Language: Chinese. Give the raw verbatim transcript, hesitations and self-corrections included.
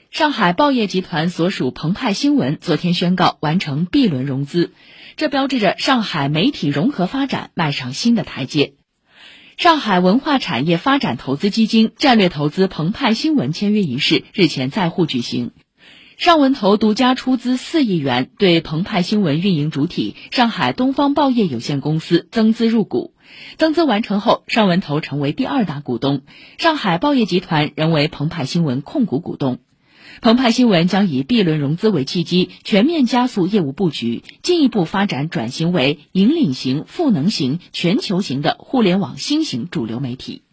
上海报业集团所属澎湃新闻昨天宣告完成 B 轮融资，这标志着上海媒体融合发展迈上新的台阶。上海文化产业发展投资基金战略投资澎湃新闻签约仪式日前在沪举行，上文投独家出资四亿元，对澎湃新闻运营主体上海东方报业有限公司增资入股。增资完成后，上文投成为第二大股东，上海报业集团仍为澎湃新闻控股股东。澎湃新闻将以 B 轮融资为契机，全面加速业务布局，进一步发展转型为引领型、赋能型、全球型的互联网新型主流媒体。